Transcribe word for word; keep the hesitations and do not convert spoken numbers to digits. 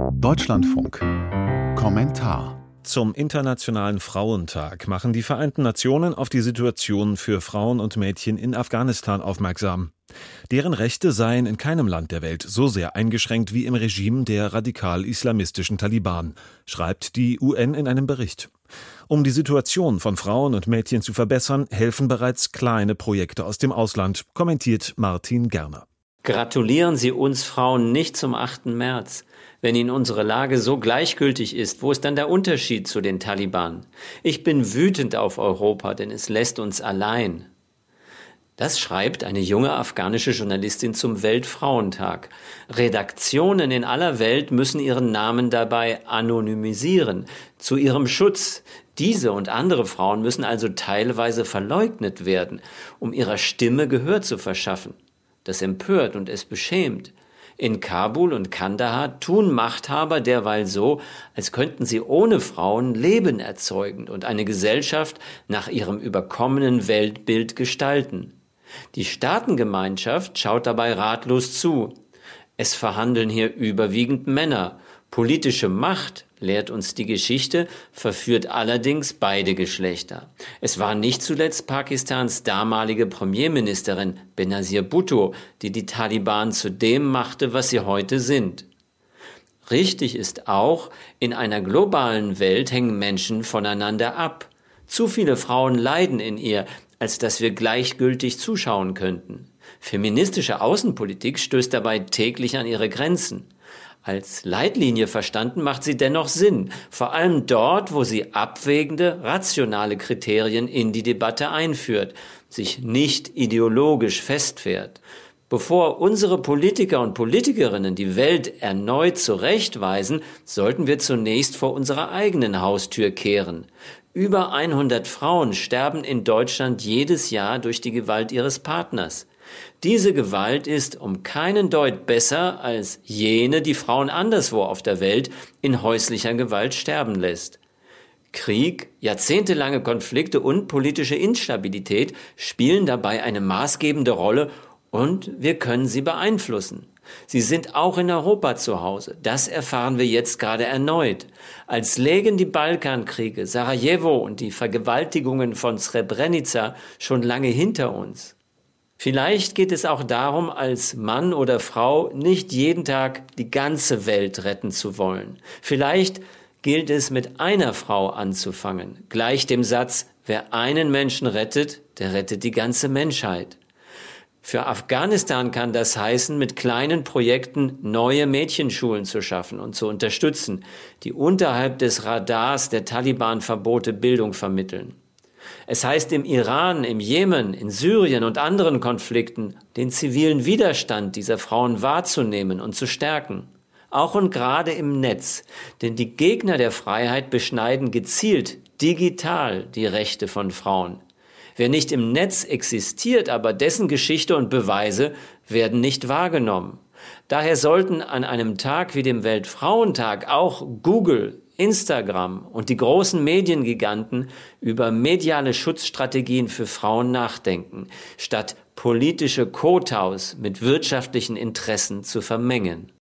Deutschlandfunk. Kommentar. Zum Internationalen Frauentag machen die Vereinten Nationen auf die Situation für Frauen und Mädchen in Afghanistan aufmerksam. Deren Rechte seien in keinem Land der Welt so sehr eingeschränkt wie im Regime der radikal-islamistischen Taliban, schreibt die U N in einem Bericht. Um die Situation von Frauen und Mädchen zu verbessern, helfen bereits kleine Projekte aus dem Ausland, kommentiert Martin Gerner. Gratulieren Sie uns Frauen nicht zum achten März. Wenn Ihnen unsere Lage so gleichgültig ist, wo ist dann der Unterschied zu den Taliban? Ich bin wütend auf Europa, denn es lässt uns allein. Das schreibt eine junge afghanische Journalistin zum Weltfrauentag. Redaktionen in aller Welt müssen ihren Namen dabei anonymisieren, zu ihrem Schutz. Diese und andere Frauen müssen also teilweise verleugnet werden, um ihrer Stimme Gehör zu verschaffen. Das empört und es beschämt. In Kabul und Kandahar tun Machthaber derweil so, als könnten sie ohne Frauen Leben erzeugen und eine Gesellschaft nach ihrem überkommenen Weltbild gestalten. Die Staatengemeinschaft schaut dabei ratlos zu. Es verhandeln hier überwiegend Männer. Politische Macht, lehrt uns die Geschichte, verführt allerdings beide Geschlechter. Es war nicht zuletzt Pakistans damalige Premierministerin Benazir Bhutto, die die Taliban zu dem machte, was sie heute sind. Richtig ist auch, in einer globalen Welt hängen Menschen voneinander ab. Zu viele Frauen leiden in ihr, als dass wir gleichgültig zuschauen könnten. Feministische Außenpolitik stößt dabei täglich an ihre Grenzen. Als Leitlinie verstanden macht sie dennoch Sinn, vor allem dort, wo sie abwägende, rationale Kriterien in die Debatte einführt, sich nicht ideologisch festfährt. Bevor unsere Politiker und Politikerinnen die Welt erneut zurechtweisen, sollten wir zunächst vor unserer eigenen Haustür kehren. Über hundert Frauen sterben in Deutschland jedes Jahr durch die Gewalt ihres Partners. Diese Gewalt ist um keinen Deut besser als jene, die Frauen anderswo auf der Welt in häuslicher Gewalt sterben lässt. Krieg, jahrzehntelange Konflikte und politische Instabilität spielen dabei eine maßgebende Rolle und wir können sie beeinflussen. Sie sind auch in Europa zu Hause. Das erfahren wir jetzt gerade erneut. Als lägen die Balkankriege, Sarajevo und die Vergewaltigungen von Srebrenica schon lange hinter uns. Vielleicht geht es auch darum, als Mann oder Frau nicht jeden Tag die ganze Welt retten zu wollen. Vielleicht gilt es, mit einer Frau anzufangen, gleich dem Satz, wer einen Menschen rettet, der rettet die ganze Menschheit. Für Afghanistan kann das heißen, mit kleinen Projekten neue Mädchenschulen zu schaffen und zu unterstützen, die unterhalb des Radars der Taliban-Verbote Bildung vermitteln. Es heißt im Iran, im Jemen, in Syrien und anderen Konflikten, den zivilen Widerstand dieser Frauen wahrzunehmen und zu stärken. Auch und gerade im Netz, denn die Gegner der Freiheit beschneiden gezielt digital die Rechte von Frauen. Wer nicht im Netz existiert, aber dessen Geschichte und Beweise werden nicht wahrgenommen. Daher sollten an einem Tag wie dem Weltfrauentag auch Google, Instagram und die großen Mediengiganten über mediale Schutzstrategien für Frauen nachdenken, statt politische Kotaus mit wirtschaftlichen Interessen zu vermengen.